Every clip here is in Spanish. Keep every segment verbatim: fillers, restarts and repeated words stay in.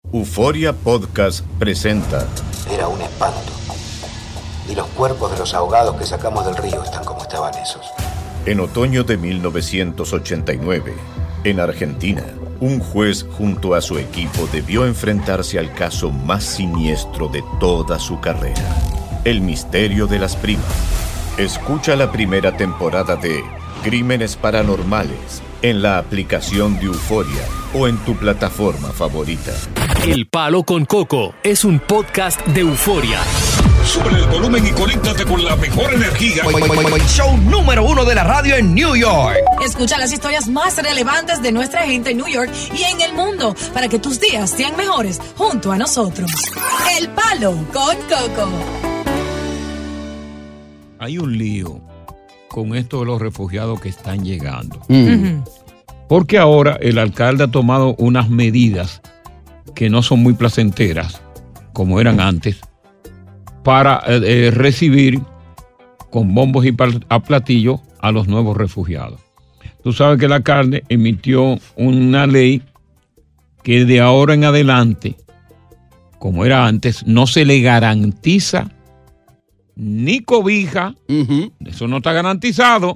Euforia Podcast presenta. Era un espanto. Y los cuerpos de los ahogados que sacamos del río están como estaban esos. En otoño de mil novecientos ochenta y nueve, en Argentina, un juez junto a su equipo debió enfrentarse al caso más siniestro de toda su carrera: el misterio de las primas. Escucha la primera temporada de Crímenes Paranormales en la aplicación de Euforia o en tu plataforma favorita. El Palo con Coco es un podcast de Euforia. Sube el volumen y conéctate con la mejor energía. Show número uno de la radio en New York. Escucha las historias más relevantes de nuestra gente en New York y en el mundo para que tus días sean mejores junto a nosotros. El Palo con Coco. Hay un lío con esto de los refugiados que están llegando. Mm. Porque ahora el alcalde ha tomado unas medidas que no son muy placenteras, como eran antes, para eh, recibir con bombos y a platillos a los nuevos refugiados. Tú sabes que el alcalde emitió una ley que de ahora en adelante, como era antes, no se le garantiza ni cobija, Uh-huh. eso no está garantizado.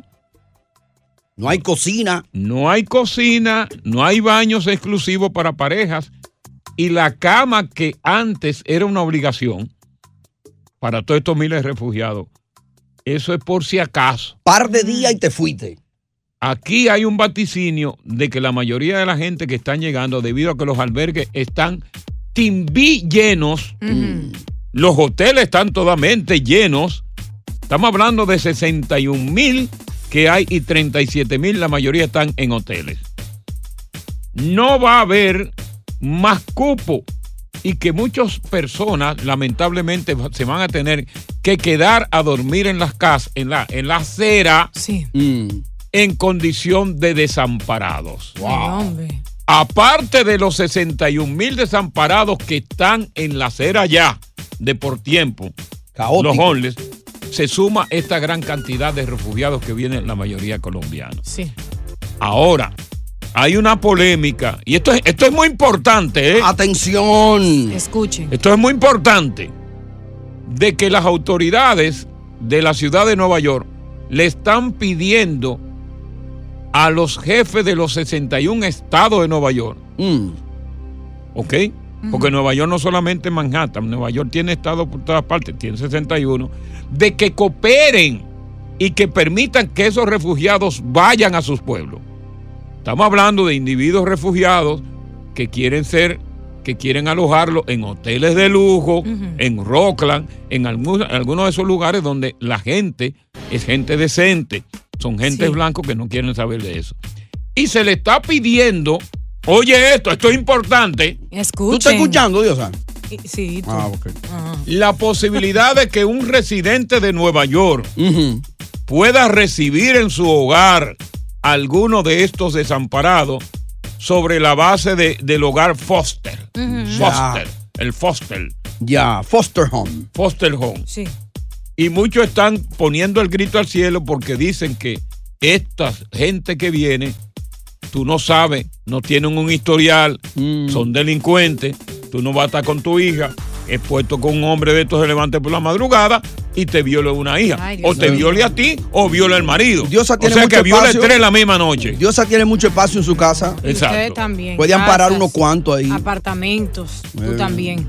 No hay cocina. No hay cocina, no hay baños exclusivos para parejas, y la cama que antes era una obligación para todos estos miles de refugiados, eso es por si acaso. Par de días y te fuiste. Aquí hay un vaticinio de que la mayoría de la gente que están llegando, debido a que los albergues están timbí llenos, Uh-huh. los hoteles están totalmente llenos. Estamos hablando de sesenta y un mil que hay y treinta y siete mil, la mayoría están en hoteles. No va a haber más cupo y que muchas personas lamentablemente se van a tener que quedar a dormir en las casas, en la, en la acera, Sí. Mm. en condición de desamparados. Wow. Ay, hombre. Aparte de los sesenta y un mil desamparados que están en la acera ya, de por tiempo, Caótico. los homeless, se suma esta gran cantidad de refugiados que vienen, la mayoría colombianos. Sí. Ahora, hay una polémica, y esto es, esto es muy importante, ¿eh? Atención. Escuchen. Esto es muy importante, de que las autoridades de la ciudad de Nueva York le están pidiendo a los jefes de los sesenta y un estados de Nueva York, Mm. ¿ok? Porque Nueva York no solamente Manhattan, Nueva York tiene estados por todas partes, tiene sesenta y uno, de que cooperen y que permitan que esos refugiados vayan a sus pueblos. Estamos hablando de individuos refugiados que quieren ser, que quieren alojarlos en hoteles de lujo, Uh-huh. en Rockland, en algún- algunos de esos lugares donde la gente es gente decente, son gente Sí. blancos que no quieren saber de eso. Y se le está pidiendo, oye esto, esto es importante, Escuchen. ¿Tú estás escuchando, Diosa? Sí, tú. Ah, ok. Ajá. la posibilidad de que un residente de Nueva York Uh-huh. pueda recibir en su hogar alguno de estos desamparados sobre la base de, del hogar foster. Uh-huh. Foster, el foster, Ya, foster home. foster home. Sí. Y muchos están poniendo el grito al cielo porque dicen que esta gente que viene, tú no sabes, no tienen un historial, Mm. son delincuentes, tú no vas a estar con tu hija expuesto con un hombre de estos se levante por la madrugada y te viole una hija. Ay, Dios o te mío. viole a ti o viola al marido. Diosa o tiene sea mucho que viole espacio. tres la misma noche. Diosa tiene mucho espacio en su casa. Y Exacto. ustedes también. Puede amparar Casas, unos cuantos ahí. Apartamentos. Tú Eh. también.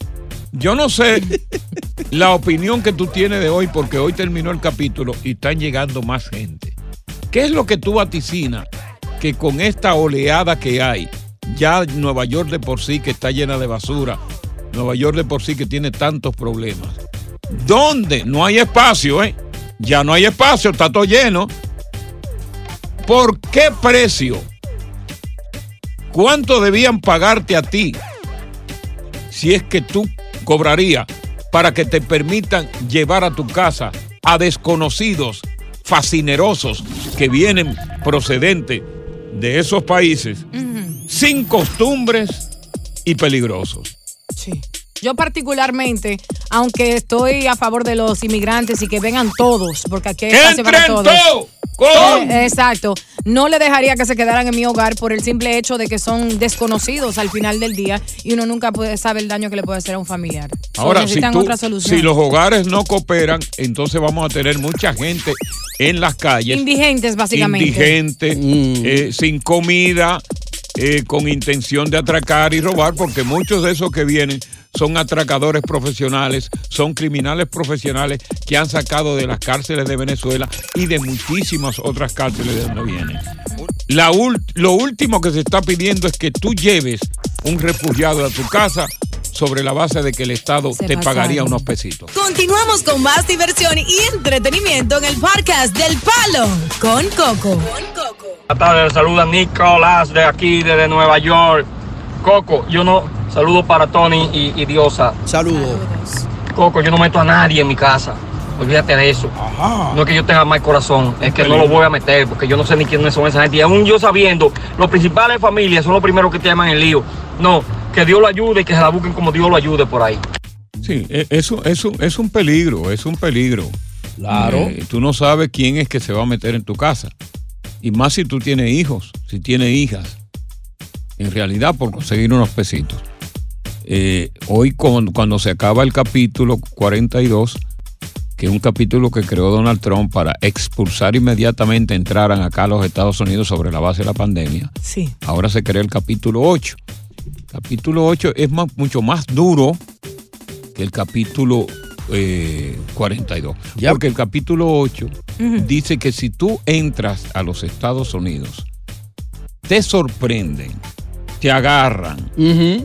Yo no sé la opinión que tú tienes de hoy, porque hoy terminó el capítulo y están llegando más gente. ¿Qué es lo que tú vaticinas que con esta oleada que hay, ya Nueva York de por sí que está llena de basura, Nueva York de por sí que tiene tantos problemas, ¿dónde no hay espacio, eh? Ya no hay espacio, está todo lleno. ¿Por qué precio? ¿Cuánto debían pagarte a ti si es que tú cobrarías para que te permitan llevar a tu casa a desconocidos fascinerosos que vienen procedentes de esos países Uh-huh. sin costumbres y peligrosos? Sí. Yo particularmente, aunque estoy a favor de los inmigrantes y que vengan todos, porque aquí hay espacio para ¡Entren todos. todos! ¡Con! Eh, exacto. no le dejaría que se quedaran en mi hogar por el simple hecho de que son desconocidos al final del día y uno nunca puede saber el daño que le puede hacer a un familiar. Ahora, so, si, tú, otra solución. si los hogares no cooperan, entonces vamos a tener mucha gente en las calles. Indigentes, básicamente. Indigentes, mm. eh, sin comida, eh, con intención de atracar y robar, porque muchos de esos que vienen son atracadores profesionales, son criminales profesionales que han sacado de las cárceles de Venezuela y de muchísimas otras cárceles de donde vienen. La ul- lo último que se está pidiendo es que tú lleves un refugiado a tu casa sobre la base de que el Estado se te pasaron. pagaría unos pesitos. Continuamos con más diversión y entretenimiento en el podcast del Palo con Coco. Buenas tardes, saluda Nicolás de aquí, desde Nueva York. Coco, yo no... Saludos para Tony y, y Diosa. Saludos. Coco, yo no meto a nadie en mi casa. Olvídate de eso. Ajá. No es que yo tenga mal corazón, es que no lo voy a meter, porque yo no sé ni quiénes son esa gente. Y aún yo sabiendo, los principales familias son los primeros que te llaman el lío. No, que Dios lo ayude y que se la busquen como Dios lo ayude por ahí. Sí, eso, eso es un peligro, es un peligro. Claro. Eh, tú no sabes quién es que se va a meter en tu casa. Y más si tú tienes hijos, si tienes hijas. En realidad, por conseguir unos pesitos. Eh, hoy cuando, cuando se acaba el capítulo cuarenta y dos, que es un capítulo que creó Donald Trump para expulsar inmediatamente entraran acá a los Estados Unidos sobre la base de la pandemia. Sí. Ahora se crea el capítulo ocho. Capítulo ocho es más, mucho más duro que el capítulo eh, cuarenta y dos. Yep. Porque el capítulo ocho uh-huh. dice que si tú entras a los Estados Unidos, te sorprenden, te agarran, uh-huh.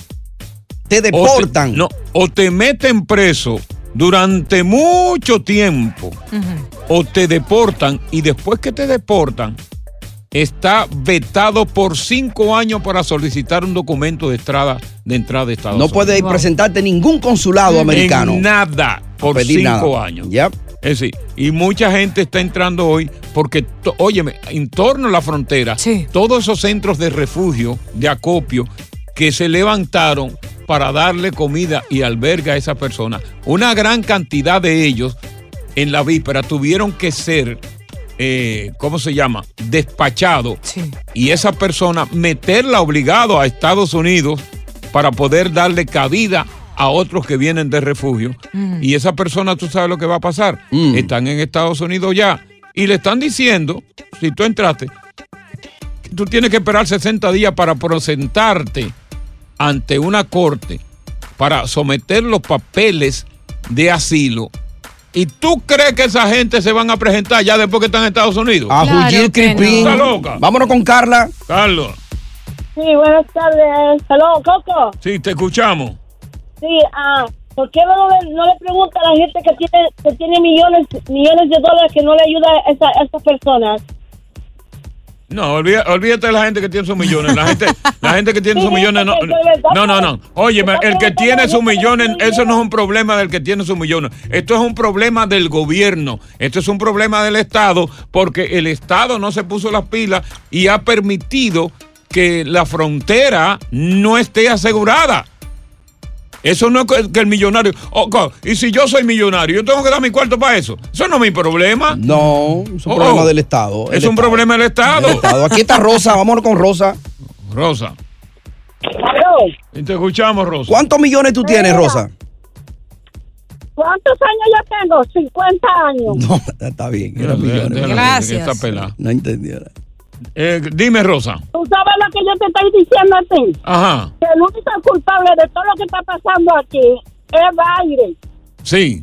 te deportan. O te, no, o te meten preso durante mucho tiempo, uh-huh. o te deportan, y después que te deportan, está vetado por cinco años para solicitar un documento de entrada de entrada de Estados Unidos. No puedes wow. presentarte ningún consulado americano. En nada, por cinco nada. años. Yep. Es decir, y mucha gente está entrando hoy porque, to, óyeme, en torno a la frontera, sí. todos esos centros de refugio, de acopio, que se levantaron para darle comida y alberga a esa persona, una gran cantidad de ellos en la víspera tuvieron que ser, eh, ¿cómo se llama?, despachados. Sí. Y esa persona meterla obligado a Estados Unidos para poder darle cabida a otros que vienen de refugio. Mm. Y esa persona, tú sabes lo que va a pasar. Mm. Están en Estados Unidos ya. Y le están diciendo, si tú entraste, que tú tienes que esperar sesenta días para presentarte ante una corte para someter los papeles de asilo. ¿Y tú crees que esa gente se van a presentar ya después que están en Estados Unidos? A claro Juyil Cripín. ¿Está loca? Vámonos con Carla. Carlos. Sí, buenas tardes. Hello, Coco. Sí, te escuchamos. Sí, ah, ¿por qué no le, no le pregunta a la gente que tiene que tiene millones millones de dólares que no le ayuda a, esa, a estas personas? No, olvídate, olvídate de la gente que tiene sus millones. La gente, la gente que tiene sus millones no, no, no, no. Oye, el que tiene sus millones, eso no es un problema del que tiene sus millones. Esto es un problema del gobierno. Esto es un problema del Estado, porque el Estado no se puso las pilas y ha permitido que la frontera no esté asegurada. Eso no es que el millonario... Oh, y si yo soy millonario, yo tengo que dar mi cuarto para eso. Eso no es mi problema. No, es un oh, problema del Estado. Es un Estado. problema del Estado. del Estado. Aquí está Rosa, vámonos con Rosa. Rosa. Hello. Y te escuchamos, Rosa. ¿Cuántos millones tú tienes, Rosa? ¿Cuántos años yo tengo? cincuenta años. No, está bien. Era millones. Gracias. Esta pelada. No entendiera. Eh, dime, Rosa. ¿Tú sabes lo que yo te estoy diciendo a ti? Ajá. Que el único culpable de todo lo que está pasando aquí es Biden. Sí.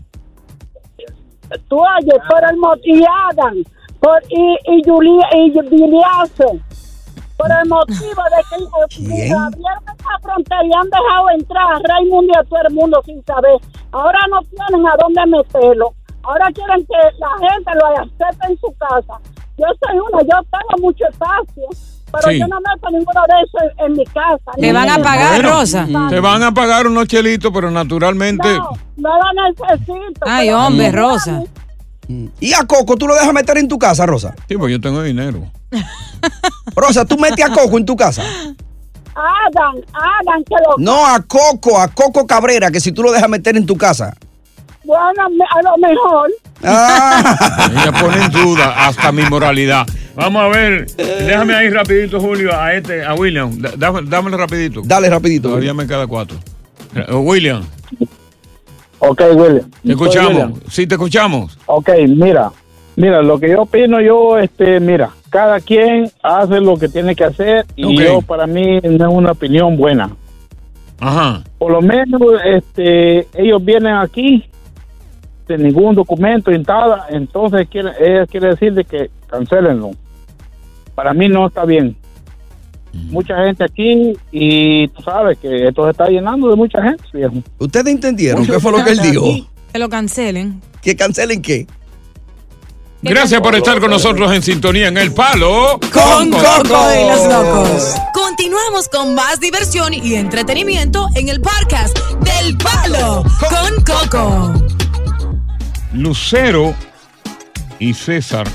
Tú oyes, por el Motiadan, por y y Julia y Juliazo, por el motivo de que abrieron esa frontera y han dejado entrar a Raimundo y a todo el mundo sin saber. Ahora no tienen a dónde meterlo. Ahora quieren que la gente lo acepte en su casa. Yo soy una, yo tengo mucho espacio, pero sí. yo no meto ninguno de esos en, en mi casa. ¿Te van a pagar, bueno, Rosa? Te van a pagar unos chelitos, pero naturalmente... No, no lo necesito. Ay, hombre, no, Rosa. ¿Y a Coco tú lo dejas meter en tu casa, Rosa? Sí, pues yo tengo dinero. Rosa, ¿tú metes a Coco en tu casa? Hagan, hagan que lo... No, a Coco, a Coco Cabrera, que si tú lo dejas meter en tu casa. Bueno, a lo mejor. Ah. Ella pone en duda hasta mi moralidad. Vamos a ver, déjame ahí rapidito, Julio, a este, a William. Dá, dámelo rapidito. Dale rapidito. Todavía me queda cuatro. William. Ok, William. Te escuchamos. Sí, te escuchamos. Ok, mira. Mira, lo que yo opino, yo, este, mira, cada quien hace lo que tiene que hacer y Okay. yo, para mí, no es una opinión buena. Ajá. Por lo menos, este, ellos vienen aquí sin ningún documento, nada, entonces quiere, eh, quiere decir de que cancelenlo. Para mí no está bien. Mucha gente aquí y tú sabes que esto se está llenando de mucha gente, viejo. ¿Ustedes entendieron qué fue lo que él dijo? Que lo cancelen. ¿Que cancelen qué? Gracias por estar con nosotros en sintonía en El Palo Con Coco y los Locos. Continuamos con más diversión y entretenimiento en el podcast del Palo con Coco. Lucero y César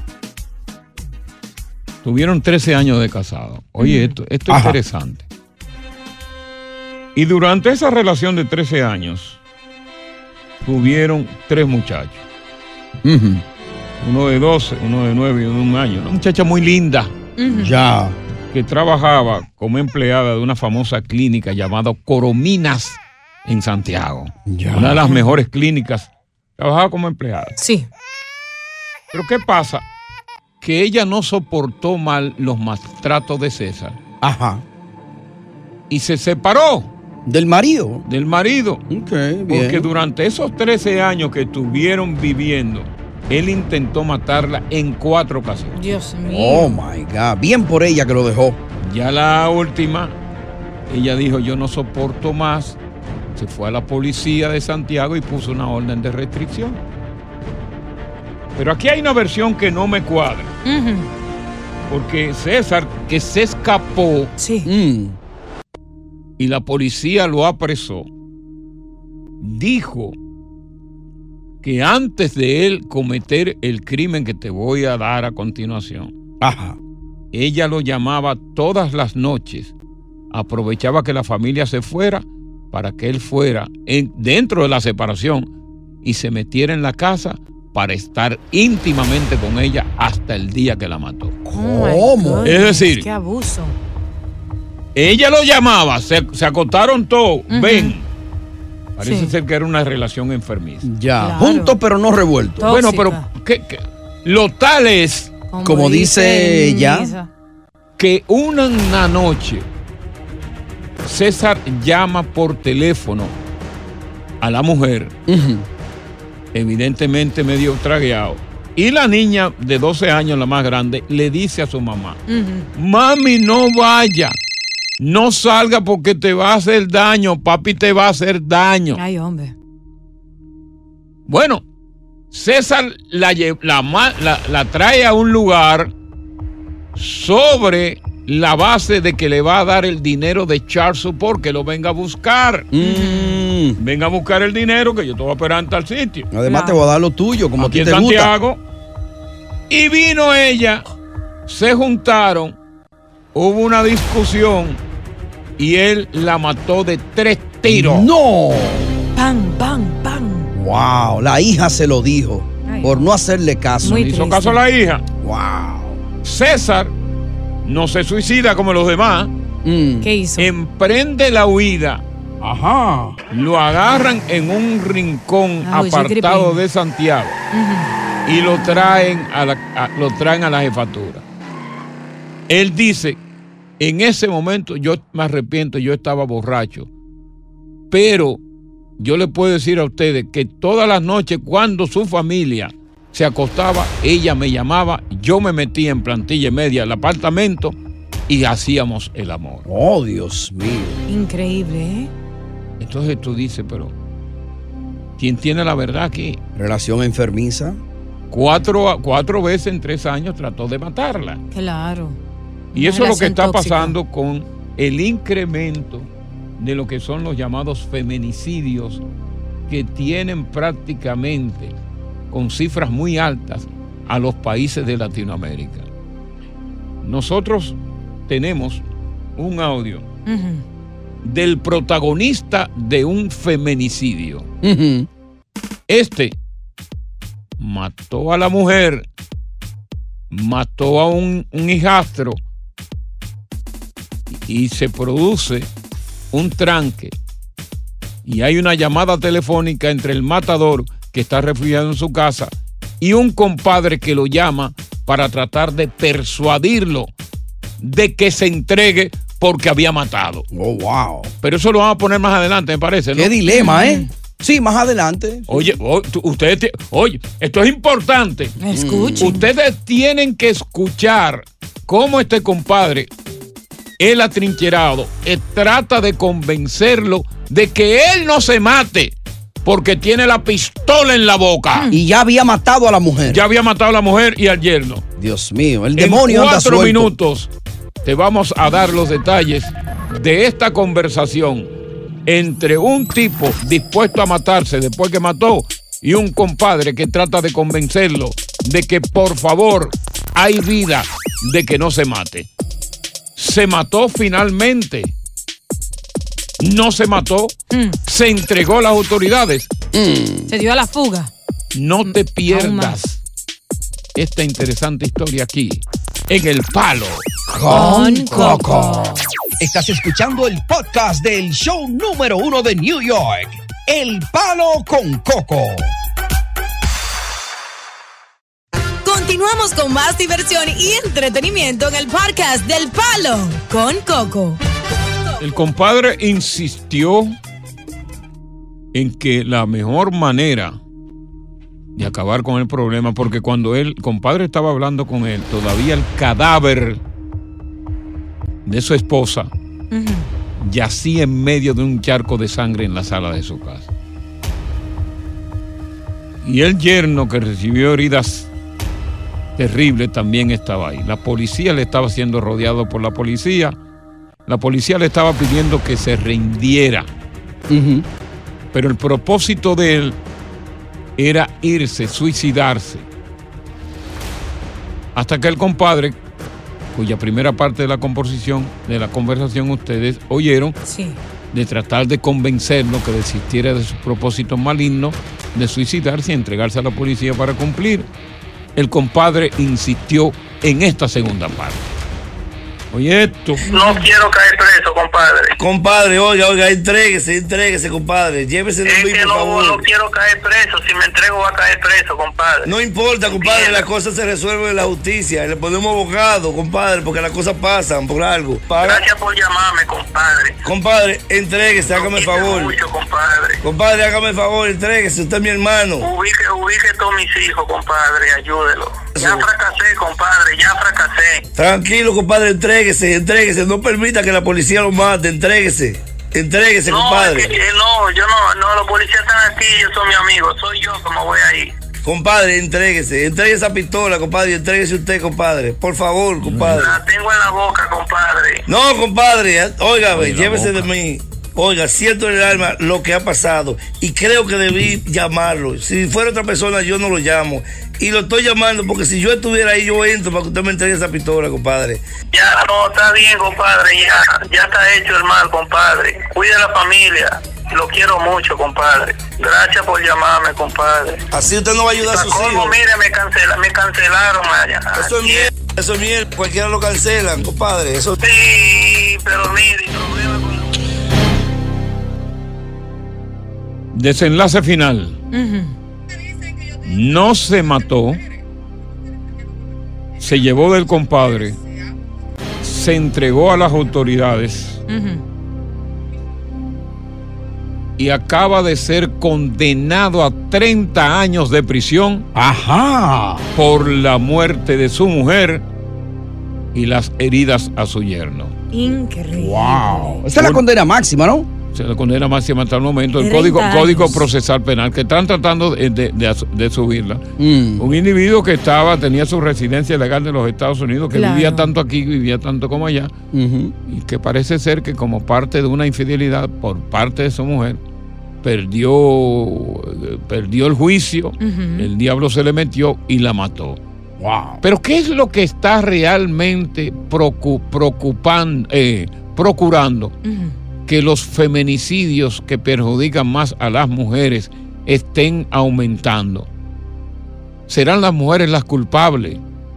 tuvieron trece años de casado. Oye, esto, esto es interesante. Y durante esa relación de trece años, tuvieron tres muchachos. Uh-huh. Uno de doce, uno de nueve y uno de un año. Una muchacha muy linda. Uh-huh. Ya. Que trabajaba como empleada de una famosa clínica llamada Corominas en Santiago. Ya. Una de las mejores clínicas. Trabajaba como empleada. Sí. Pero ¿qué pasa? Que ella no soportó mal los maltratos de César. Ajá. Y se separó. ¿Del marido? Del marido. Ok, bien. Porque durante esos trece años que estuvieron viviendo, él intentó matarla en cuatro ocasiones. Dios mío. Oh my God. Bien por ella que lo dejó. Ya la última, ella dijo: yo no soporto más. Se fue a la policía de Santiago y puso una orden de restricción. Pero aquí hay una versión que no me cuadra. Uh-huh. Porque César, que se escapó, sí. Mm. y la policía lo apresó, dijo que antes de él cometer el crimen que te voy a dar a continuación, Ajá. ella lo llamaba todas las noches, aprovechaba que la familia se fuera para que él fuera en, dentro de la separación y se metiera en la casa para estar íntimamente con ella hasta el día que la mató. ¿Cómo? Es decir, Qué abuso. ella lo llamaba, se, se acotaron todos, Uh-huh. ven. Parece Sí. ser que era una relación enfermiza. Ya. Claro. Juntos pero no revueltos. Tóxica. Bueno, pero ¿qué, qué? Lo tal es Como dice ella. Misa. que una, una noche César llama por teléfono a la mujer, Uh-huh. evidentemente medio tragueado, y la niña de doce años, la más grande, le dice a su mamá: Uh-huh. mami, no vaya, no salga porque te va a hacer daño, papi te va a hacer daño. Ay, hombre. Bueno, César la, lle- la, ma- la, la trae a un lugar sobre la base de que le va a dar el dinero de child support, que lo venga a buscar. Mm. Venga a buscar el dinero que yo te voy a esperar en tal sitio. Además Claro. te voy a dar lo tuyo, como Aquí a en ti te Santiago. Y vino ella, se juntaron, hubo una discusión y él la mató de tres tiros. gusta. ¡No! Pam, pam, pam. Wow, la hija se lo dijo Ay. por no hacerle caso. Muy Hizo triste. caso a la hija. Wow. César no se suicida como los demás. Mm. ¿Qué hizo? Emprende la huida. Ajá. Lo agarran en un rincón Ah, oye, apartado gripe. de Santiago Ujú. y lo traen a la, a- lo traen a la jefatura. Él dice: en ese momento yo me arrepiento, yo estaba borracho, pero yo le puedo decir a ustedes que todas las noches cuando su familia se acostaba, ella me llamaba, yo me metía en plantilla media del apartamento y hacíamos el amor. Oh, Dios mío. Increíble, ¿eh? Entonces tú dices, pero ¿quién tiene la verdad aquí? Relación enfermiza. Cuatro, cuatro veces en tres años trató de matarla. Claro. Y Una eso es lo que relación está tóxica. pasando con el incremento de lo que son los llamados feminicidios, que tienen prácticamente con cifras muy altas a los países de Latinoamérica. Nosotros tenemos un audio Ujú. del protagonista de un feminicidio. Ujú. Este mató a la mujer mató a un, un hijastro y se produce un tranque y hay una llamada telefónica entre el matador que está refugiado en su casa y un compadre que lo llama para tratar de persuadirlo de que se entregue porque había matado. Oh, wow. Pero eso lo vamos a poner más adelante, me parece, ¿no? Qué dilema, ¿eh? Sí, más adelante. Oye, o- tú- ustedes, ti- oye, esto es importante. Escuchen. Ustedes tienen que escuchar cómo este compadre, el atrincherado, eh, trata de convencerlo de que él no se mate porque tiene la pistola en la boca. Y ya había matado a la mujer. Ya había matado a la mujer y al yerno. Dios mío, el demonio En anda cuatro suelto. minutos te vamos a dar los detalles de esta conversación entre un tipo dispuesto a matarse después que mató y un compadre que trata de convencerlo de que por favor hay vida, de que no se mate. Se mató finalmente. No se mató. Mm. Se entregó a las autoridades. Se dio a la fuga. No te Aún pierdas más. esta interesante historia aquí, en El Palo Con Coco. Estás escuchando el podcast del show número uno de New York, El Palo con Coco. Continuamos con más diversión y entretenimiento en el podcast del Palo con Coco. El compadre insistió en que la mejor manera de acabar con el problema, porque cuando el compadre estaba hablando con él, todavía el cadáver de su esposa yacía en medio de un charco de sangre en la sala de su casa. Y el yerno, que recibió heridas terribles, también estaba ahí. La policía le estaba siendo rodeado por la policía. La policía le estaba pidiendo que se rindiera. Uh-huh. Pero el propósito de él era irse, suicidarse. Hasta que el compadre, cuya primera parte de la composición, de la conversación ustedes oyeron, Sí. de tratar de convencerlo que desistiera de sus propósitos malignos, de suicidarse y entregarse a la policía para cumplir. El compadre insistió en esta segunda parte. Oye esto. No quiero caer preso, compadre. Compadre, oiga, oiga, entréguese, entréguese, compadre. Llévese de Es mí, que por no, favor. no quiero caer preso. Si me entrego, va a caer preso, compadre. No importa, compadre, las cosas se resuelven en la justicia. Le ponemos abogado, compadre, porque las cosas pasan por algo. Paga. Gracias por llamarme, compadre. Compadre, entréguese, hágame el favor. Mucho, compadre. Compadre, hágame el favor, entréguese, usted es mi hermano. Ubique, ubique todos mis hijos, compadre, ayúdelo. Ya fracasé, compadre, ya fracasé. Tranquilo, compadre, entréguese, entréguese. No permita que la policía lo mate, entréguese. Entréguese, No, compadre. es que, eh, no, yo no, no, los policías están aquí, ellos son mi amigo, soy yo como voy ahí. Compadre, entréguese, entregue esa pistola, compadre, entréguese usted, compadre. Por favor, compadre. La tengo en la boca, compadre. No, compadre, óigame, Oye, la llévese de boca. mí. Oiga, siento en el alma lo que ha pasado y creo que debí llamarlo. Si fuera otra persona, yo no lo llamo. Y lo estoy llamando porque si yo estuviera ahí, yo entro para que usted me entregue esa pistola, compadre. Ya, no, está bien, compadre, ya, ya está hecho el mal, compadre. Cuide a la familia, lo quiero mucho, compadre. Gracias por llamarme, compadre. Así usted no va a ayudar a sus ¿Cómo? hijos. Mire, me, cancela, me cancelaron allá. Eso es mierda, eso es mierda. Cualquiera lo cancelan, compadre. Eso... Sí, pero mire, el problema con... Desenlace final. No se mató, se llevó del compadre, se entregó a las autoridades y acaba de ser condenado a treinta años de prisión. Ajá. Por la muerte de su mujer y las heridas a su yerno. Increíble. Wow. Esa es la condena máxima, ¿no? Se le condena máxima hasta el momento. El treinta código, años. código procesal penal, que están tratando de, de, de, de subirla. Mm. Un individuo que estaba, tenía su residencia legal de los Estados Unidos, que Claro. vivía tanto aquí, vivía tanto como allá, Uh-huh. y que parece ser que como parte de una infidelidad por parte de su mujer, perdió, perdió el juicio, Ujú. el diablo se le metió y la mató. Wow. Pero ¿qué es lo que está realmente preocu- preocupan- eh, procurando Ujú. que los feminicidios que perjudican más a las mujeres estén aumentando? ¿Serán las mujeres las culpables?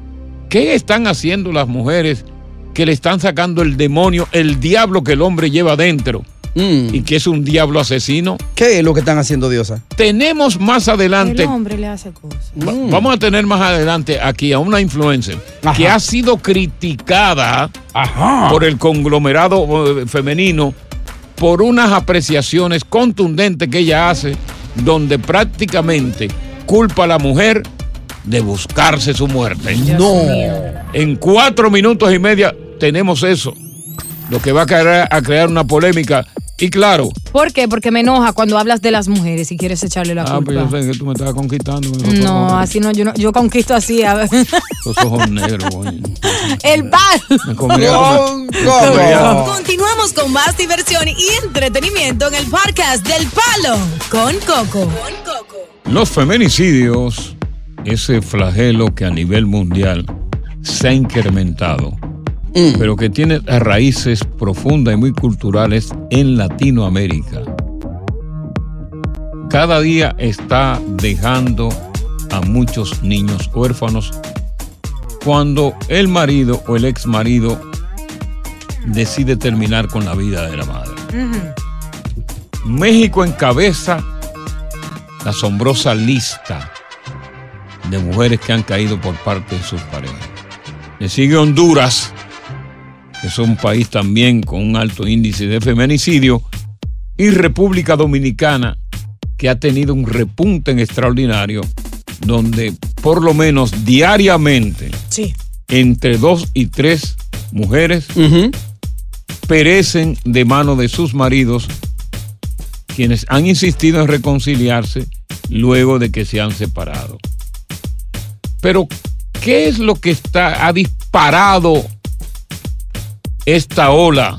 ¿Qué están haciendo las mujeres que le están sacando el demonio, el diablo que el hombre lleva dentro? Mm. Y que es un diablo asesino. ¿Qué es lo que están haciendo, Diosa? Tenemos más adelante. El hombre le hace cosas. Va, mm. Vamos a tener más adelante aquí a una influencer Ajá. que ha sido criticada Ajá. por el conglomerado femenino por unas apreciaciones contundentes que ella hace, donde prácticamente culpa a la mujer de buscarse su muerte. No. En cuatro minutos y media tenemos eso, lo que va a crear, a crear una polémica. Y claro. ¿Por qué? Porque me enoja cuando hablas de las mujeres y quieres echarle la ah, culpa. Ah, pues yo sé que tú me estabas conquistando. No, ojos. así no yo, no, yo conquisto así. A ver. Los ojos negros, güey. El palo. Con, Continuamos con más diversión y entretenimiento en el podcast del Palo con Coco. Con Coco. Los feminicidios, ese flagelo que a nivel mundial se ha incrementado. Mm. Pero que tiene raíces profundas y muy culturales en Latinoamérica. Cada día está dejando a muchos niños huérfanos cuando el marido o el ex marido decide terminar con la vida de la madre. Uh-huh. México encabeza la asombrosa lista de mujeres que han caído por parte de sus parejas. Le sigue Honduras, que es un país también con un alto índice de feminicidio, y República Dominicana, que ha tenido un repunte extraordinario, donde por lo menos diariamente sí. entre dos y tres mujeres uh-huh. perecen de mano de sus maridos, quienes han insistido en reconciliarse luego de que se han separado. Pero, ¿qué es lo que está, ha disparado esta ola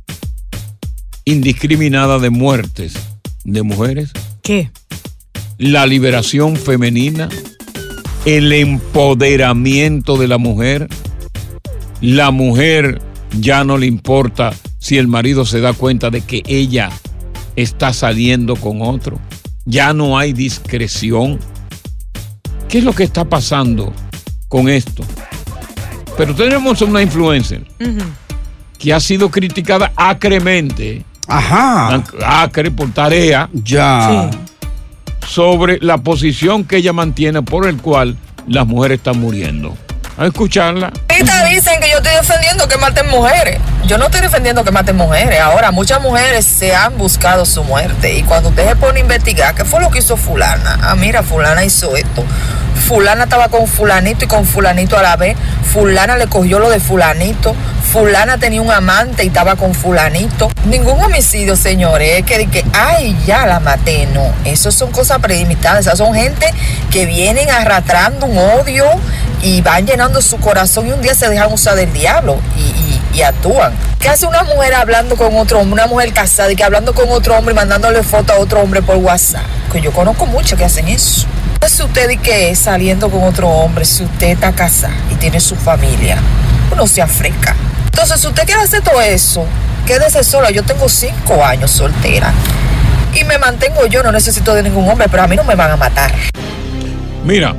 indiscriminada de muertes de mujeres? ¿Qué? La liberación femenina, el empoderamiento de la mujer. La mujer ya no le importa si el marido se da cuenta de que ella está saliendo con otro. Ya no hay discreción. ¿Qué es lo que está pasando con esto? Pero tenemos una influencer uh-huh. que ha sido criticada acremente. Ajá. Acre por tarea. Ya. Sí. Sobre la posición que ella mantiene por el cual las mujeres están muriendo. A escucharla. Ahorita dicen que yo estoy defendiendo que maten mujeres. Yo no estoy defendiendo que maten mujeres. Ahora, muchas mujeres se han buscado su muerte. Y cuando usted se pone a investigar, ¿qué fue lo que hizo fulana? Ah, mira, fulana hizo esto. Fulana estaba con fulanito y con fulanito a la vez. Fulana le cogió lo de fulanito. Fulana tenía un amante y estaba con fulanito. Ningún homicidio, señores, es que, que ay, ya la maté. No, eso son cosas premeditadas. Esas son gente que vienen arrastrando un odio y van llenando su corazón y un día se dejan usar del diablo y, y, y actúan. ¿Qué hace una mujer hablando con otro hombre, una mujer casada y que hablando con otro hombre y mandándole foto a otro hombre por WhatsApp? Que yo conozco muchos que hacen eso. Si usted dice que saliendo con otro hombre, si usted está casada y tiene su familia, uno se afreca. Entonces, si usted quiere hacer todo eso, quédese sola. Yo tengo cinco años soltera y me mantengo yo, no necesito de ningún hombre, pero a mí no me van a matar. Mira,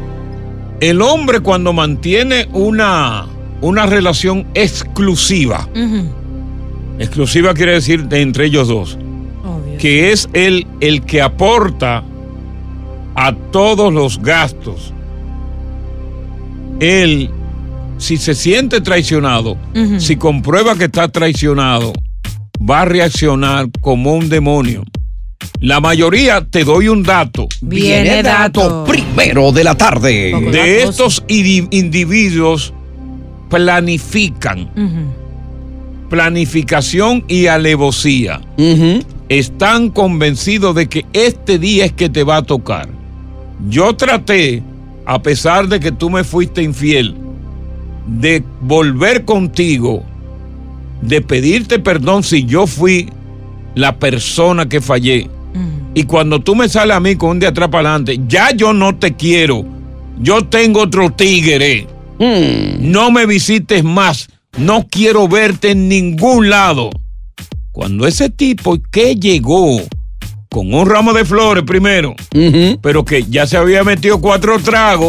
el hombre cuando mantiene una, una relación exclusiva, uh-huh. exclusiva quiere decir de entre ellos dos, Obvio. que es el, el que aporta a todos los gastos. Él, si se siente traicionado, uh-huh. si comprueba que está traicionado, va a reaccionar como un demonio. La mayoría, te doy un dato. Viene dato primero de la tarde. De estos individuos planifican. Uh-huh. Planificación y alevosía. Uh-huh. Están convencidos de que este día es que te va a tocar. Yo traté, a pesar de que tú me fuiste infiel, de volver contigo, de pedirte perdón si yo fui la persona que fallé. Uh-huh. Y cuando tú me sales a mí con un día atrás para adelante, ya yo no te quiero. Yo tengo otro tigre. Uh-huh. No me visites más. No quiero verte en ningún lado. Cuando ese tipo que llegó con un ramo de flores primero, uh-huh. pero que ya se había metido cuatro tragos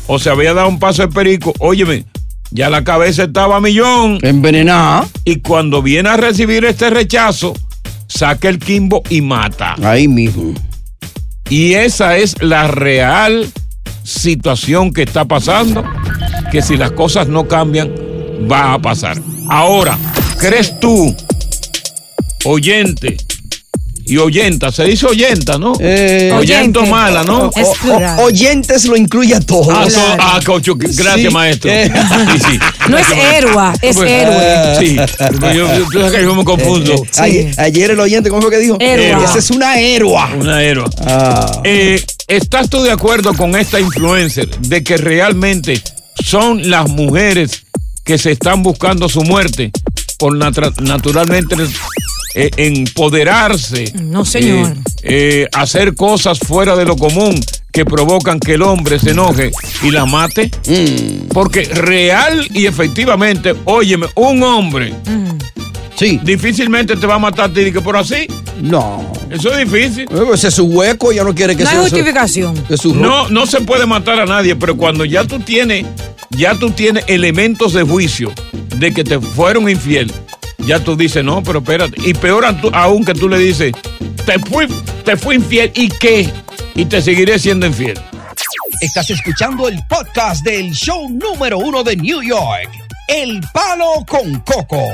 o se había dado un paso de perico, óyeme, ya la cabeza estaba a millón. Envenenada. Y cuando viene a recibir este rechazo, saca el quimbo y mata. Ahí mismo. Y esa es la real situación que está pasando, que si las cosas no cambian, va a pasar. Ahora, ¿crees tú, oyente y oyenta, se dice oyenta, ¿no? Eh, Oyento oyente. mala, ¿no? O- o- o- oyentes lo incluye a todos. Ah, so- ah, cocho, gracias, Sí. maestro. Eh. Sí, sí. No es héroe, es Pues, héroe. Sí, yo, yo, tú sabes que yo me confundo. Eh, ayer, ayer el oyente, ¿cómo fue que dijo? Héroa. Esa es una héroa. Una héroa. Ah. Eh, ¿Estás tú de acuerdo con esta influencer de que realmente son las mujeres que se están buscando su muerte por natra- naturalmente eh, empoderarse? No, señor. Eh, eh, hacer cosas fuera de lo común que provocan que el hombre se enoje y la mate. Mm. Porque real y efectivamente, óyeme, un hombre sí. difícilmente te va a matar a ti, que por así. No. Eso es difícil. Ese es su hueco, ya no quiere que No sea hay su- justificación. que su ro- No, no se puede matar a nadie, pero cuando ya tú tienes, ya tú tienes elementos de juicio de que te fueron infiel, ya tú dices, no, pero espérate. Y peor a tú- aún que tú le dices, te fui, te fui infiel, ¿y qué? Y te seguiré siendo infiel. Estás escuchando el podcast del show número uno de New York, El Palo con Coco.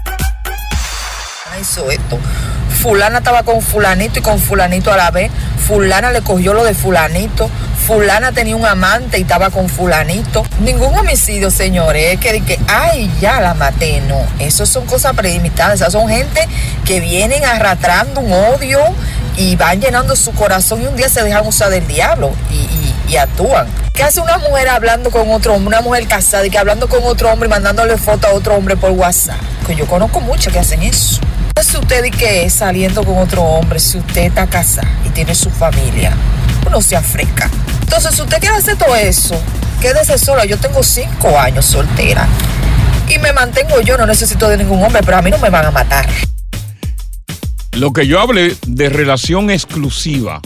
Hizo esto. Fulana estaba con fulanito y con fulanito a la vez. Fulana le cogió lo de fulanito. Fulana tenía un amante y estaba con fulanito. Ningún homicidio, señores. Es que, que ay, ya la maté. No, eso son cosas premeditadas. Esas son gente que vienen arrastrando un odio y van llenando su corazón y un día se dejan usar del diablo y, y, y actúan. ¿Qué hace una mujer hablando con otro hombre, una mujer casada y que hablando con otro hombre y mandándole foto a otro hombre por WhatsApp? Que yo conozco muchas que hacen eso. Si usted y que es saliendo con otro hombre, si usted está casada y tiene su familia, uno se afresca. Entonces, si usted quiere hacer todo eso, quédese sola. Yo tengo cinco años soltera y me mantengo yo, no necesito de ningún hombre, pero a mí no me van a matar. Lo que yo hablé de relación exclusiva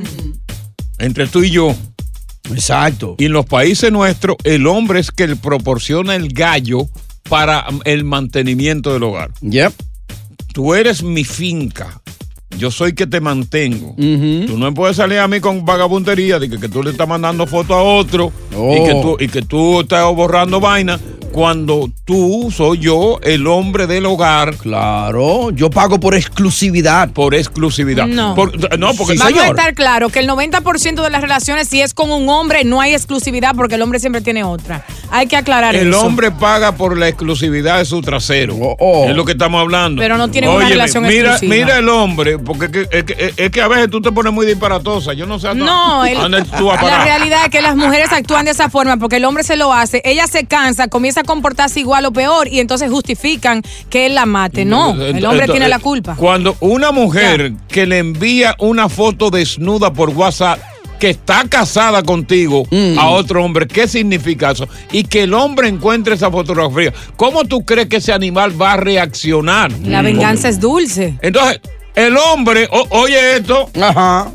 entre tú y yo. Exacto. Y en los países nuestros, el hombre es que le proporciona el gallo para el mantenimiento del hogar. Yep. Tú eres mi finca. Yo soy que te mantengo. Ujú. Tú no puedes salir a mí con vagabundería de que, que tú le estás mandando fotos a otro Oh. y, que tú, y que tú estás borrando vaina cuando tú soy yo el hombre del hogar. Claro, yo pago por exclusividad. Por exclusividad. No. Por- no, porque Sí, Vamos a señor. estar claro que el noventa por ciento de las relaciones, si es con un hombre, no hay exclusividad porque el hombre siempre tiene otra. Hay que aclarar el eso. hombre paga por la exclusividad de su trasero. Oh, oh. Es lo que estamos hablando. Pero no tienen una Óyeme, relación mira, exclusiva. Mira el hombre, porque es que, es, que, es que a veces tú te pones muy disparatosa. Yo no sé. No, el- ¿dónde tú vas a la parar? realidad es que las mujeres actúan de esa forma porque el hombre se lo hace, ella se cansa, comienza a comportarse igual o peor y entonces justifican que él la mate. No, el hombre Entonces, tiene la culpa. Cuando una mujer que le envía una foto desnuda por WhatsApp que está casada contigo Mm. a otro hombre, ¿qué significa eso? Y que el hombre encuentre esa fotografía. ¿Cómo tú crees que ese animal va a reaccionar? La venganza es dulce. Entonces, el hombre, o- oye esto. Ajá.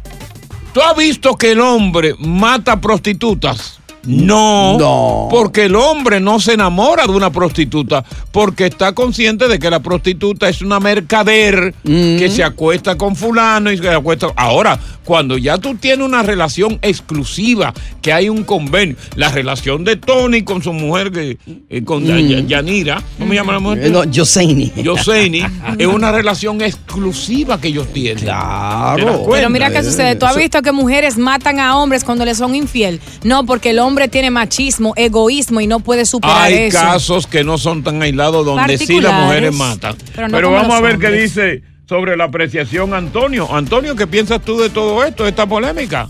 ¿Tú has visto que el hombre mata prostitutas? No, No. porque el hombre no se enamora de una prostituta porque está consciente de que la prostituta es una mercader Mm. que se acuesta con fulano y se acuesta. Ahora, cuando ya tú tienes una relación exclusiva, que hay un convenio, la relación de Tony con su mujer, que, eh, con Ya- Ya- Yanira, ¿cómo se llama la mujer? Eh, no, Yoseini. Yoseini, es una relación exclusiva que ellos tienen. ¿Te das Claro. cuenta? Pero mira qué sucede. ¿Tú has Eso- visto que mujeres matan a hombres cuando les son infiel? No, porque el hombre tiene machismo, egoísmo y no puede superar Hay eso. casos que no son tan aislados donde sí las mujeres matan. pero Pero, no como vamos a los ver qué hombres. dice sobre la apreciación Antonio. Antonio, ¿qué piensas tú de todo esto, de esta polémica?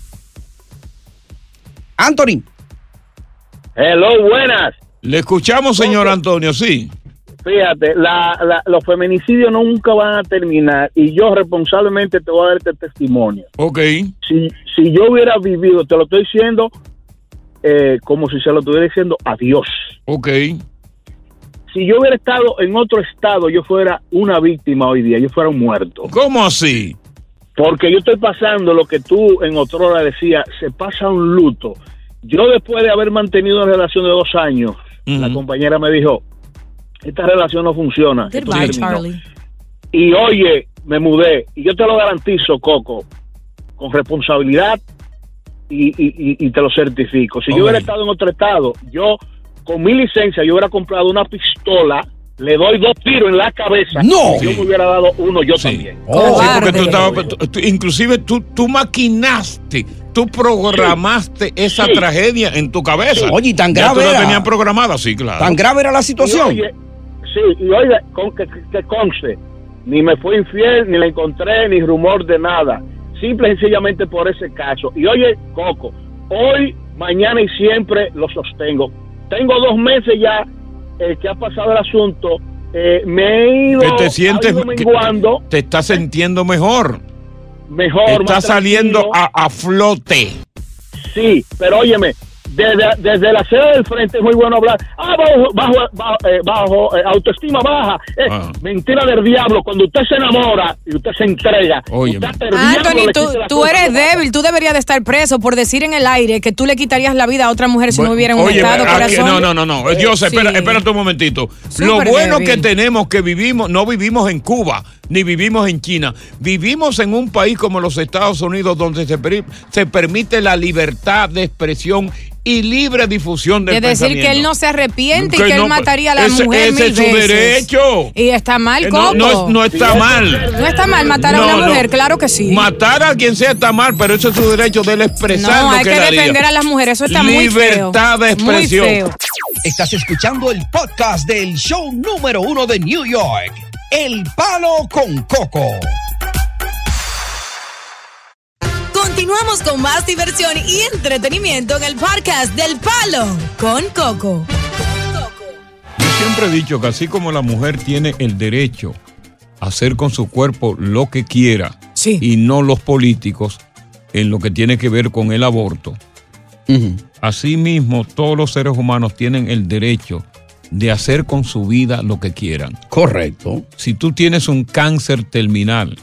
Anthony. Hello, buenas. Le escuchamos, señor Antonio, sí. Fíjate, la, la- los feminicidios nunca van a terminar y yo responsablemente te voy a dar este testimonio. Ok. Si, si yo hubiera vivido, te lo estoy diciendo eh, como si se lo estuviera diciendo a Dios. Ok. Si yo hubiera estado en otro estado, yo fuera una víctima hoy día, yo fuera un muerto. ¿Cómo así? Porque yo estoy pasando lo que tú en otrora decías, se pasa un luto yo después de haber mantenido una relación de dos años, uh-huh. la compañera me dijo, esta relación no funciona. Goodbye, Charlie. Y oye, me mudé, y yo te lo garantizo, Coco, con responsabilidad, y, y, y te lo certifico. Si okay. yo hubiera estado en otro estado, yo, con mi licencia, yo hubiera comprado una pistola, le doy dos tiros en la cabeza. No. Y yo me hubiera dado uno yo sí. también. Oh, sí, porque tú estabas, tú, inclusive tú, tú maquinaste, tú programaste sí. esa sí. tragedia en tu cabeza. Sí. Oye, tan grave ya tú era. la tenían programada, sí, claro. Tan grave era la situación. Y oye, sí, y oye, con, que, que conste, ni me fue infiel, ni la encontré, ni rumor de nada. Simple y sencillamente por ese caso. Y oye, Coco, hoy, mañana y siempre lo sostengo. Tengo dos meses ya eh, que ha pasado el asunto. Eh, me he ido, que te sientes ido menguando. Te estás sintiendo mejor. Mejor. Estás saliendo a, a flote. Sí, pero óyeme, desde, desde la sede del frente es muy bueno hablar. Ah, bajo, bajo, bajo, eh, bajo eh, autoestima baja. Eh, ah. Mentira del diablo. Cuando usted se enamora y usted se entrega. Óyeme. Anthony, tú, tú eres débil. Tú deberías de estar preso por decir en el aire que tú le quitarías la vida a otra mujer si bueno, no hubiera un oye, estado aquí, corazón. No, no, no, no. Dios, sí. espera, espérate un momentito. Super Lo bueno débil. que tenemos que vivimos, no vivimos en Cuba, ni vivimos en China. Vivimos en un país como los Estados Unidos donde se, per, se permite la libertad de expresión y libre difusión del pensamiento. Es decir, que él no se arrepiente que y que no, él mataría a la ese, mujer ese mil es su veces. derecho. Y está mal, no, Coco. No, no está mal. No está mal matar a no, una mujer, no. claro que sí. Matar a quien sea está mal, pero eso es su derecho de él expresar no, lo hay que que él defender haría. a las mujeres, eso está muy feo. Libertad de expresión. Muy feo. Estás escuchando el podcast del show número uno de New York, El Palo con Coco. Continuamos con más diversión y entretenimiento en el podcast del Palo con Coco. Yo siempre he dicho que así como la mujer tiene el derecho a hacer con su cuerpo lo que quiera, sí. y no los políticos en lo que tiene que ver con el aborto, uh-huh. asimismo todos los seres humanos tienen el derecho de hacer con su vida lo que quieran. Correcto. Si tú tienes un cáncer terminal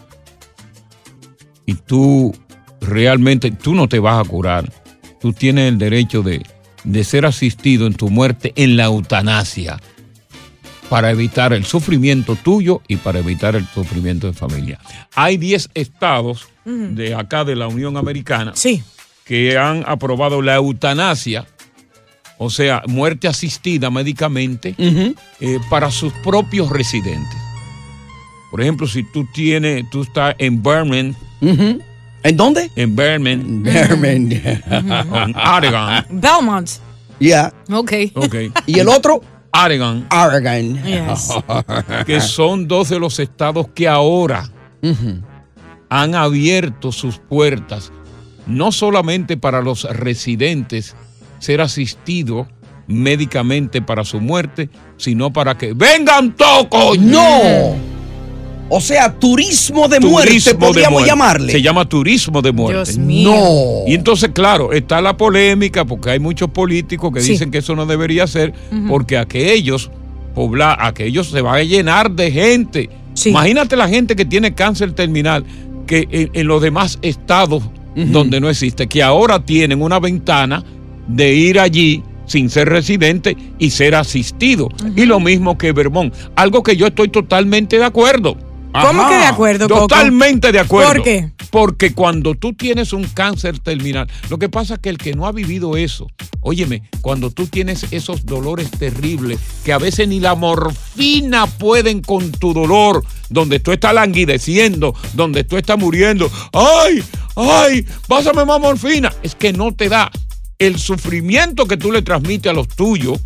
y tú realmente, tú no te vas a curar, tú tienes el derecho de, de ser asistido en tu muerte en la eutanasia para evitar el sufrimiento tuyo y para evitar el sufrimiento de familia. Hay diez estados uh-huh. de acá de la Unión Americana sí. que han aprobado la eutanasia, o sea, muerte asistida médicamente uh-huh. eh, para sus propios residentes. Por ejemplo, si tú tienes, tú estás en Birmingham. Uh-huh. ¿En dónde? En Birmingham. Birmingham. En Oregon. Belmont. Yeah. Ok. okay. ¿Y el otro? Oregon. Oregon. Yes. Que son dos de los estados que ahora uh-huh. han abierto sus puertas, no solamente para los residentes ser asistidos médicamente para su muerte, sino para que vengan tocos. ¡No! O sea, turismo de turismo muerte, podríamos muerte. llamarle. Se llama turismo de muerte. Dios mío. No. Y entonces, claro, está la polémica porque hay muchos políticos que sí. dicen que eso no debería ser, uh-huh. porque aquellos, poblar, aquellos se van a llenar de gente. Sí. Imagínate la gente que tiene cáncer terminal, que en, en los demás estados uh-huh. donde no existe, que ahora tienen una ventana de ir allí sin ser residente y ser asistido. Uh-huh. Y lo mismo que Vermont. Algo que yo estoy totalmente de acuerdo. ¿Cómo Ajá, que de acuerdo, Coco? Totalmente de acuerdo. ¿Por qué? Porque cuando tú tienes un cáncer terminal, lo que pasa es que el que no ha vivido eso, óyeme, cuando tú tienes esos dolores terribles, que a veces ni la morfina pueden con tu dolor, donde tú estás languideciendo, donde tú estás muriendo, ¡ay, ay, pásame más morfina! Es que no te da. El sufrimiento que tú le transmites a los tuyos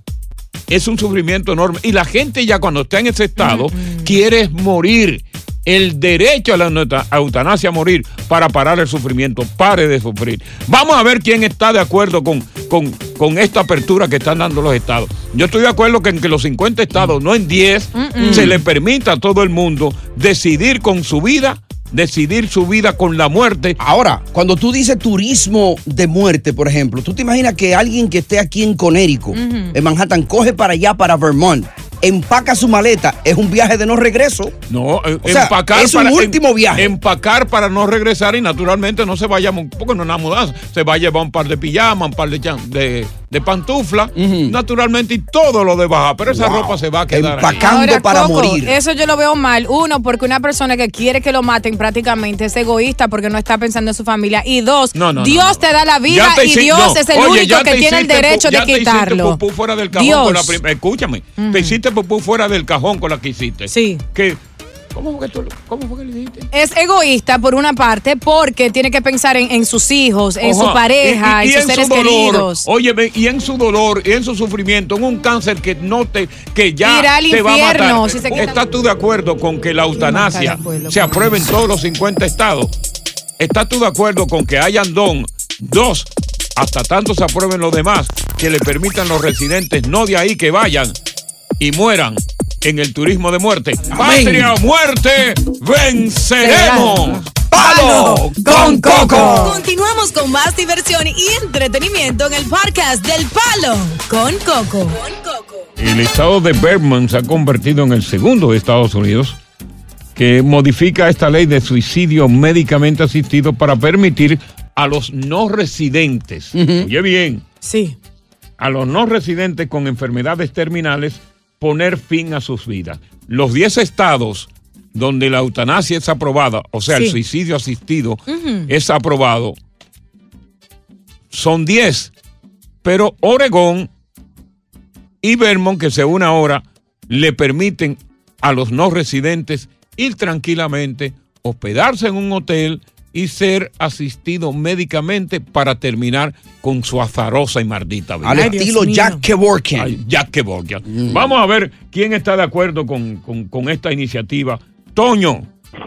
es un sufrimiento enorme. Y la gente ya cuando está en ese estado mm-hmm. quiere morir. El derecho a la eutanasia a morir para parar el sufrimiento. Pare de sufrir. Vamos a ver quién está de acuerdo con, con, con esta apertura que están dando los estados. Yo estoy de acuerdo que en que los cincuenta estados, no en diez, mm-mm. se le permita a todo el mundo decidir con su vida, decidir su vida con la muerte. Ahora, cuando tú dices turismo de muerte, por ejemplo, tú te imaginas que alguien que esté aquí en Connecticut, uh-huh. en Manhattan, coge para allá, para Vermont, empaca su maleta, es un viaje de no regreso. No, eh, o sea, empacar es un para, último em, viaje. Empacar para no regresar y naturalmente no se vaya, porque no es una mudanza, se va a llevar un par de pijamas, un par de, chan, de, de pantuflas, uh-huh. naturalmente, y todo lo de baja, pero esa wow. ropa se va a quedar empacando ahí. Ahora, para Coco, morir. Eso yo lo veo mal. Uno, porque una persona que quiere que lo maten prácticamente es egoísta porque no está pensando en su familia. Y dos, no, no, Dios no, no. te da la vida y hici- Dios no. es el Oye, único que tiene el derecho pu- de quitarlo. Pupú fuera del cajón Dios. con la prim- Escúchame, uh-huh. te hiciste pupú fuera del cajón con la que hiciste. Sí. Que, ¿cómo, fue que tú, ¿Cómo fue que le dijiste? Es egoísta por una parte porque tiene que pensar en, en sus hijos, en Oja. su pareja, y, y, y en sus en seres su dolor, queridos. Oye, y en su dolor, y en su sufrimiento, en un cáncer que no te, que ya Irá al te infierno, va a matar. Si se ¿Estás tú de acuerdo con que la eutanasia se apruebe en todos los cincuenta estados? ¿Estás tú de acuerdo con que hayan don, dos, hasta tanto se aprueben los demás, que le permitan los residentes no de ahí que vayan y mueran en el turismo de muerte? Amén. Patria o muerte, venceremos. ¡Palo con Coco! Continuamos con más diversión y entretenimiento en el podcast del Palo con Coco. El estado de Vermont se ha convertido en el segundo de Estados Unidos que modifica esta ley de suicidio médicamente asistido para permitir a los no residentes, uh-huh. oye bien, sí. a los no residentes con enfermedades terminales poner fin a sus vidas. Los diez estados donde la eutanasia es aprobada, o sea, sí. el suicidio asistido uh-huh. es aprobado, son diez, pero Oregón y Vermont, que se une ahora, le permiten a los no residentes ir tranquilamente, hospedarse en un hotel y ser asistido médicamente para terminar con su azarosa y maldita vida. Al estilo Jack Kevorkian. Ay, Jack Kevorkian. Mm. Vamos a ver quién está de acuerdo con, con, con esta iniciativa. Toño.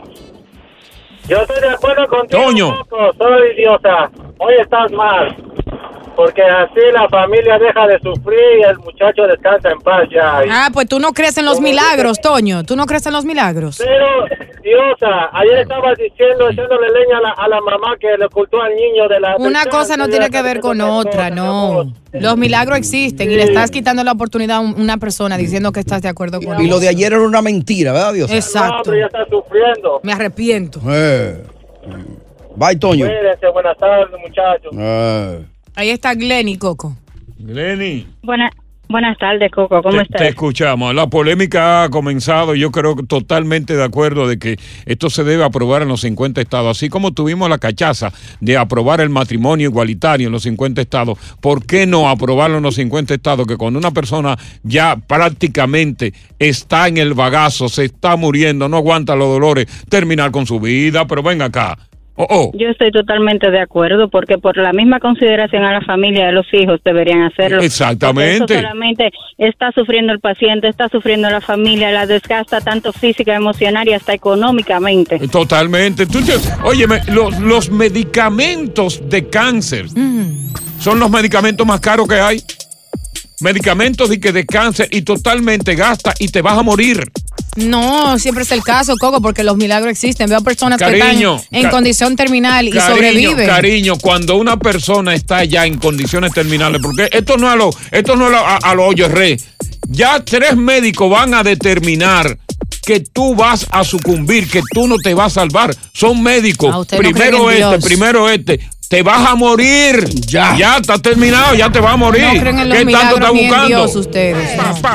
Yo estoy de acuerdo contigo, Toño. Coco, soy idiota. Hoy estás mal. Porque así la familia deja de sufrir y el muchacho descansa en paz ya. Ah, pues tú no crees en los milagros, Toño. Tú no crees en los milagros. Pero, Diosa, ayer estabas diciendo, echándole leña a la, a la mamá que le ocultó al niño de la... Una cosa no tiene que ver con otra, no. Los milagros existen sí. y le estás quitando la oportunidad a una persona diciendo que estás de acuerdo con él. Y lo de ayer era una mentira, ¿verdad, Diosa? Exacto. No, pero ya está sufriendo. Me arrepiento. Eh. Bye, Toño. Cuídense, buenas tardes, muchachos. Eh. Ahí está Glenny, Coco. Glenny. Buena, buenas tardes, Coco. ¿Cómo te, estás? Te escuchamos. La polémica ha comenzado. Yo creo que totalmente de acuerdo de que esto se debe aprobar en los cincuenta estados. Así como tuvimos la cachaza de aprobar el matrimonio igualitario en los cincuenta estados, ¿por qué no aprobarlo en los cincuenta estados? Que cuando una persona ya prácticamente está en el bagazo, se está muriendo, no aguanta los dolores, terminar con su vida. Pero venga acá. Oh, oh. Yo estoy totalmente de acuerdo porque por la misma consideración a la familia de los hijos deberían hacerlo. Exactamente. Eso solamente está sufriendo el paciente, está sufriendo la familia, la desgasta tanto física, emocional y hasta económicamente. Totalmente. Tú te, óyeme, los, los medicamentos de cáncer mm. son los medicamentos más caros que hay. Medicamentos de, que de cáncer y totalmente gasta y te vas a morir. No, siempre es el caso, Coco, porque los milagros existen. Veo personas cariño, que están en ca- condición terminal y cariño, sobreviven. Cariño, cuando una persona está ya en condiciones terminales, porque esto no es a lo, esto no es a, a lo hoyo re. Ya tres médicos van a determinar que tú vas a sucumbir, que tú no te vas a salvar. Son médicos. Ah, primero no este, Dios. primero este. Te vas a morir. Ya. Ya está terminado, ya te vas a morir. No creen en los ¿Qué tanto milagros está ni en buscando? Dios ustedes. No. ¡Palo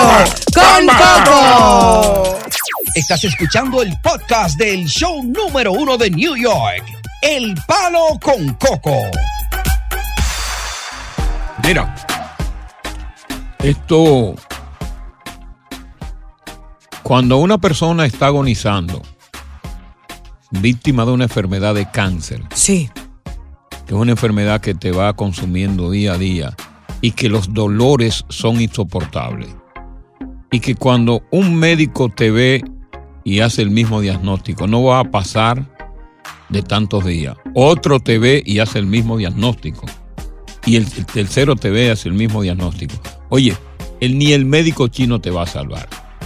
con Coco! Estás escuchando el podcast del show número uno de New York, El Palo con Coco. Mira, esto, cuando una persona está agonizando, víctima de una enfermedad de cáncer, sí, que es una enfermedad que te va consumiendo día a día y que los dolores son insoportables, y que cuando un médico te ve y hace el mismo diagnóstico, no va a pasar de tantos días, otro te ve y hace el mismo diagnóstico, y el tercero te ve y hace el mismo diagnóstico. Oye, el, ni el médico chino te va a salvar.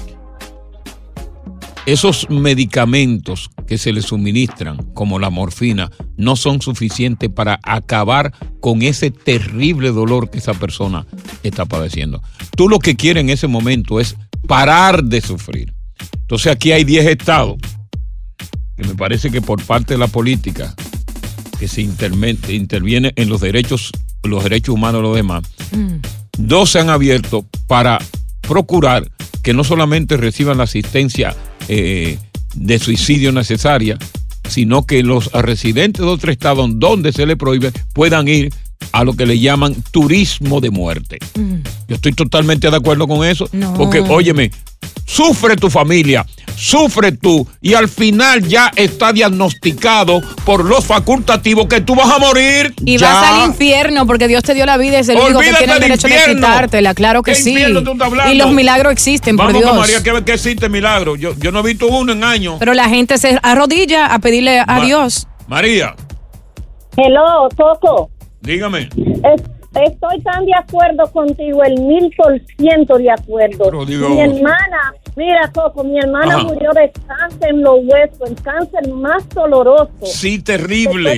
Esos medicamentos que se le suministran, como la morfina, no son suficientes para acabar con ese terrible dolor que esa persona está padeciendo. Tú lo que quieres en ese momento es parar de sufrir. Entonces aquí hay diez estados que me parece que por parte de la política que se interme- interviene en los derechos, los derechos humanos de los demás, mm. dos se han abierto para procurar que no solamente reciban la asistencia eh, de suicidio necesaria, sino que los residentes de otro estado donde se le prohíbe puedan ir a lo que le llaman turismo de muerte. Mm. Yo estoy totalmente de acuerdo con eso, no. porque, óyeme, sufre tu familia, sufre tú, y al final ya está diagnosticado por los facultativos que tú vas a morir. Y ya. vas al infierno, porque Dios te dio la vida y es el único que tiene el derecho infierno. de quitártela, claro que sí. Y los milagros existen, Vamos, por Dios. María, ¿qué, qué existe milagro? Yo, yo no he visto uno en años. Pero la gente se arrodilla a pedirle a Ma- Dios. María. Hello, Coco. Dígame. Es, estoy tan de acuerdo contigo, el mil por ciento de acuerdo. Mi hermana, mira, Coco, mi hermana Ajá. murió de cáncer en los huesos, el cáncer más doloroso. Sí, terrible.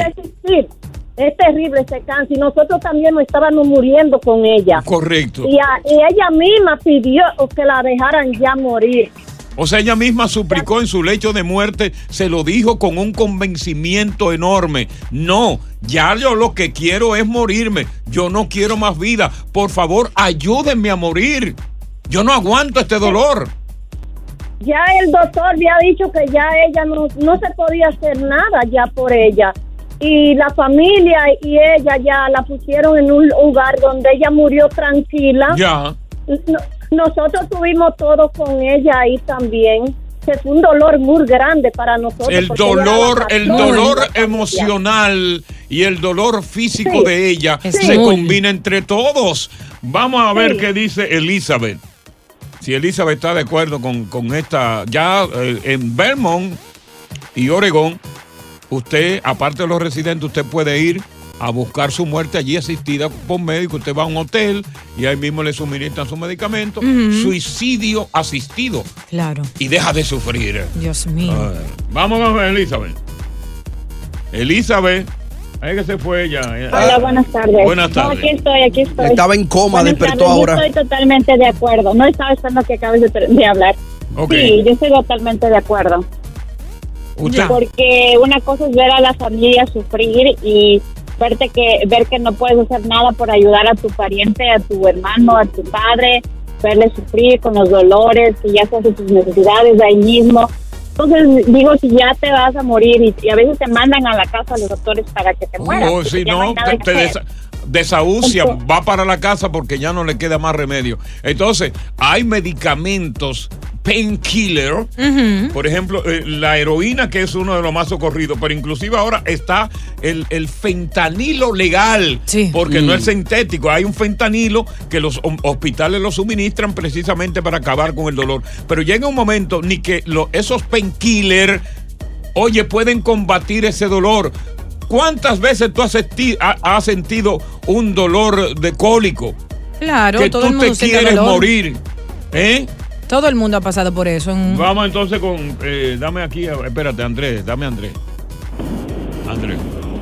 Es terrible ese cáncer y nosotros también nos estábamos muriendo con ella. Correcto. Y, a, y ella misma pidió que la dejaran ya morir. O sea, ella misma suplicó en su lecho de muerte, se lo dijo con un convencimiento enorme. No, ya yo lo que quiero es morirme. Yo no quiero más vida. Por favor, ayúdenme a morir. Yo no aguanto este dolor. Ya el doctor había dicho que ya ella no, no se podía hacer nada ya por ella. Y la familia y ella ya la pusieron en un lugar donde ella murió tranquila. Ya. No, nosotros tuvimos todo con ella ahí también. Que fue un dolor muy grande para nosotros. El dolor, el dolor emocional y el dolor físico sí, de ella sí. se combina entre todos. Vamos a ver sí. qué dice Elizabeth. Si Elizabeth está de acuerdo con, con esta, ya eh, en Vermont y Oregón, usted, aparte de los residentes, usted puede ir a buscar su muerte allí asistida por médico. Usted va a un hotel y ahí mismo le suministran su medicamento. Uh-huh. Suicidio asistido. Claro. Y deja de sufrir. Dios mío. A ver, vamos a ver, Elizabeth. Elizabeth. Ahí que se fue ella. Hola, buenas tardes. Buenas tardes. No, aquí estoy, aquí estoy. Estaba en coma, buenas despertó tardes. ahora. Yo estoy totalmente de acuerdo. No estaba esperando que acabes de, de hablar. Okay. Sí, yo estoy totalmente de acuerdo. ¿Usted? Porque una cosa es ver a la familia sufrir y verte que ver que no puedes hacer nada por ayudar a tu pariente, a tu hermano, a tu padre, verle sufrir con los dolores, que ya se hace sus necesidades de ahí mismo. Entonces, digo, si ya te vas a morir y, y a veces te mandan a la casa a los doctores para que te mueras. Oh, si no, no te, te desa- desahucia, Entonces, va para la casa porque ya no le queda más remedio. Entonces, hay medicamentos painkiller, uh-huh. por ejemplo, eh, la heroína, que es uno de los más socorridos, pero inclusive ahora está el, el fentanilo legal, sí. porque mm. no es sintético. Hay un fentanilo que los hospitales lo suministran precisamente para acabar con el dolor, pero llega un momento ni que lo, esos painkiller, oye, pueden combatir ese dolor. ¿Cuántas veces tú has, senti- has sentido un dolor de cólico? Claro, que todo tú el mundo te quieres dolor. morir, ¿eh? Todo el mundo ha pasado por eso. En... Vamos entonces con, eh, dame aquí, espérate, Andrés, dame Andrés. Andrés.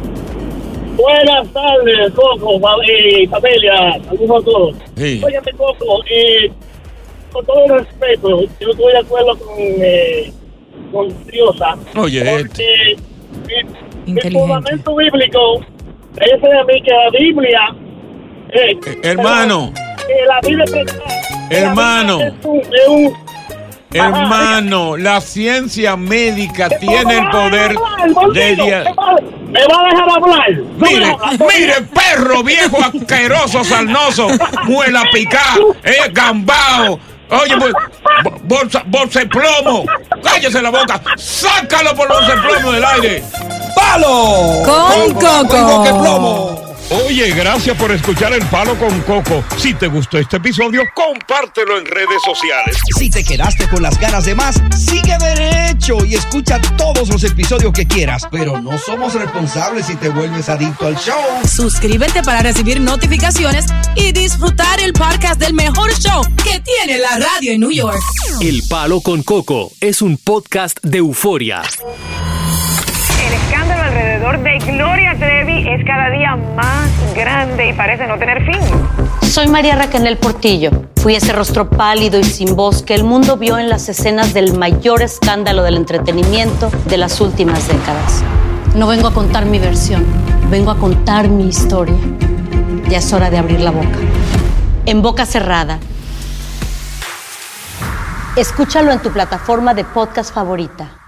Buenas tardes, Coco, y familia, saludos a todos. Sí. Óyeme, Coco, eh, con todo el respeto, yo estoy de acuerdo con, eh, con Diosa. Oye, porque este. el fundamento bíblico dice a mí que la Biblia... Eh, eh, hermano. Que la Biblia es... Hermano, es un, es un, hermano, la ciencia médica tiene el poder de... Dia- ¿Me va a dejar hablar? Mire, mire, perro viejo, asqueroso, sarnoso, muela picá, eh, gambao. Oye, bolsa, bolsa de plomo. Cállese la boca. Sácalo por bolsa de plomo del aire. ¡Palo! Con Coco. Oye, gracias por escuchar El Palo con Coco. Si te gustó este episodio, compártelo en redes sociales. Si te quedaste con las ganas de más, sigue derecho y escucha todos los episodios que quieras. Pero no somos responsables si te vuelves adicto al show. Suscríbete para recibir notificaciones y disfrutar el podcast del mejor show que tiene la radio en New York. El Palo con Coco es un podcast de Euforia. El escándalo alrededor de Gloria Trevi es cada día más grande y parece no tener fin. Soy María Raquel Portillo. Fui ese rostro pálido y sin voz que el mundo vio en las escenas del mayor escándalo del entretenimiento de las últimas décadas. No vengo a contar mi versión, vengo a contar mi historia. Ya es hora de abrir la boca. En boca cerrada. Escúchalo en tu plataforma de podcast favorita.